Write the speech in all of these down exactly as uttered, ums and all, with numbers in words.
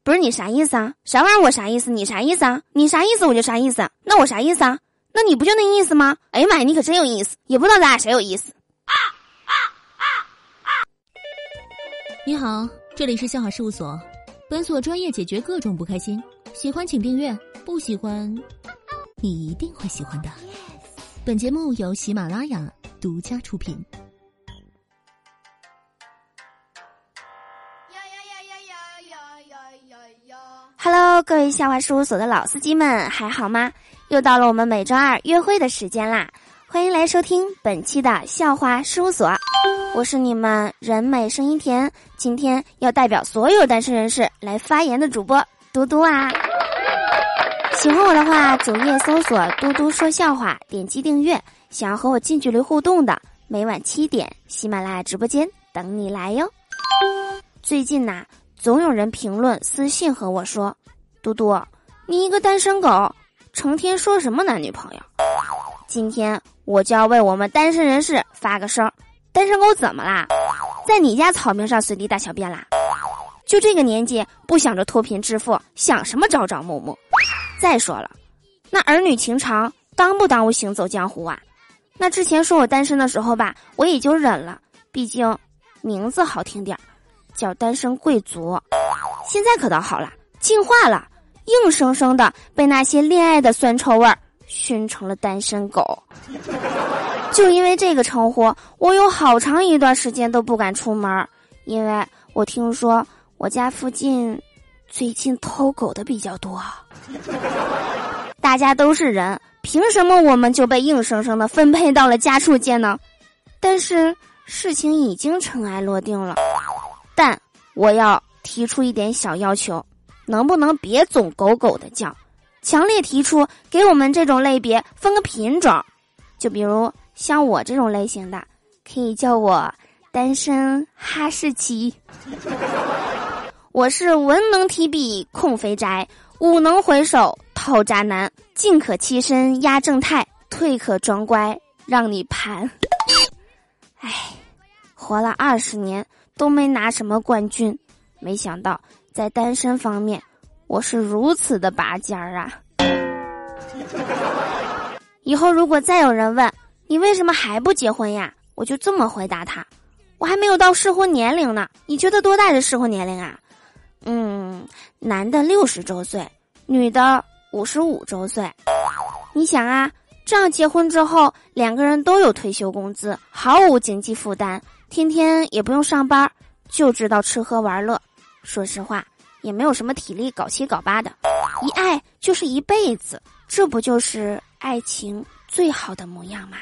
不是你啥意思啊？啥玩意儿我啥意思？你啥意思啊？你啥意思我就啥意思，那我啥意思啊？那你不就那意思吗？哎呀妈呀，你可真有意思，也不知道咱俩谁有意思。啊啊啊啊！你好，这里是笑话事务所，本所专业解决各种不开心，喜欢请订阅，不喜欢你一定会喜欢的。本节目由喜马拉雅独家出品。 Hello， 各位笑话事务所的老司机们，还好吗？又到了我们每周二约会的时间啦！欢迎来收听本期的笑话事务所，我是你们人美声音甜，今天要代表所有单身人士来发言的主播嘟嘟啊！喜欢我的话，主页搜索嘟嘟说笑话，点击订阅。想要和我近距离互动的，每晚七点喜马拉雅直播间等你来哟。最近呐、啊，总有人评论私信和我说，嘟嘟，你一个单身狗，成天说什么男女朋友？今天我就要为我们单身人士发个声，单身狗怎么啦？在你家草坪上随地大小便啦？就这个年纪不想着脱贫致富，想什么朝朝暮暮？再说了，那儿女情长耽不耽误行走江湖啊？那之前说我单身的时候吧，我也就忍了，毕竟名字好听点，叫单身贵族。现在可倒好了，进化了，硬生生的被那些恋爱的酸臭味儿熏成了单身狗。就因为这个称呼，我有好长一段时间都不敢出门，因为我听说我家附近最近偷狗的比较多。大家都是人，凭什么我们就被硬生生的分配到了家畜界呢？但是事情已经尘埃落定了，但我要提出一点小要求，能不能别总狗狗的叫？强烈提出给我们这种类别分个品种，就比如像我这种类型的，可以叫我单身哈士奇。我是文能提笔控肥宅，武能回首讨渣男，进可欺身压正太，退可装乖让你盘。唉，活了二十年都没拿什么冠军，没想到在单身方面我是如此的拔尖儿啊！以后如果再有人问你为什么还不结婚呀，我就这么回答他：我还没有到适婚年龄呢。你觉得多大的适婚年龄啊？嗯，男的六十周岁，女的五十五周岁。你想啊，这样结婚之后，两个人都有退休工资，毫无经济负担，天天也不用上班，就知道吃喝玩乐。说实话，也没有什么体力搞七搞八的，一爱就是一辈子，这不就是爱情最好的模样吗？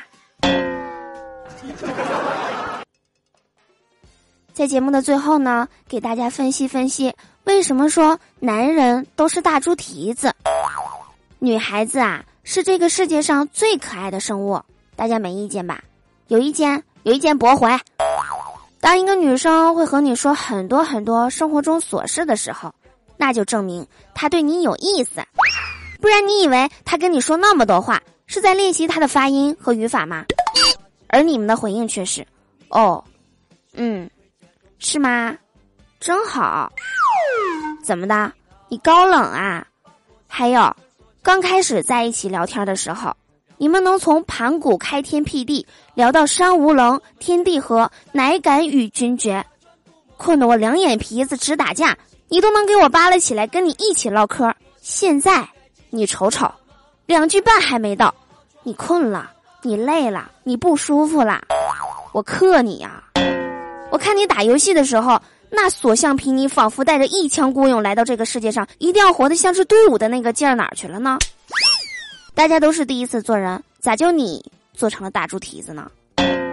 在节目的最后呢，给大家分析分析，为什么说男人都是大猪蹄子？女孩子啊，是这个世界上最可爱的生物，大家没意见吧？有意见，有意见驳回。当一个女生会和你说很多很多生活中琐事的时候，那就证明她对你有意思，不然你以为她跟你说那么多话是在练习她的发音和语法吗？而你们的回应却是，哦，嗯，是吗？真好。怎么的？你高冷啊？还有，刚开始在一起聊天的时候，你们能从盘古开天辟地聊到山无棱天地合，乃敢与君绝，困得我两眼皮子直打架，你都能给我扒拉起来跟你一起唠嗑。现在你瞅瞅，两句半还没到，你困了，你累了，你不舒服了，我克你呀、啊！我看你打游戏的时候，那所向披靡，仿佛带着一腔孤勇来到这个世界上，一定要活得像是队伍的那个劲儿哪儿去了呢？大家都是第一次做人，咋就你做成了大猪蹄子呢？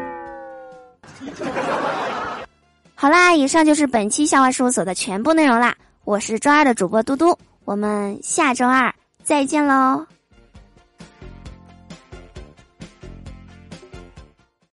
好啦，以上就是本期笑话事务所的全部内容啦。我是周二的主播嘟嘟，我们下周二再见喽。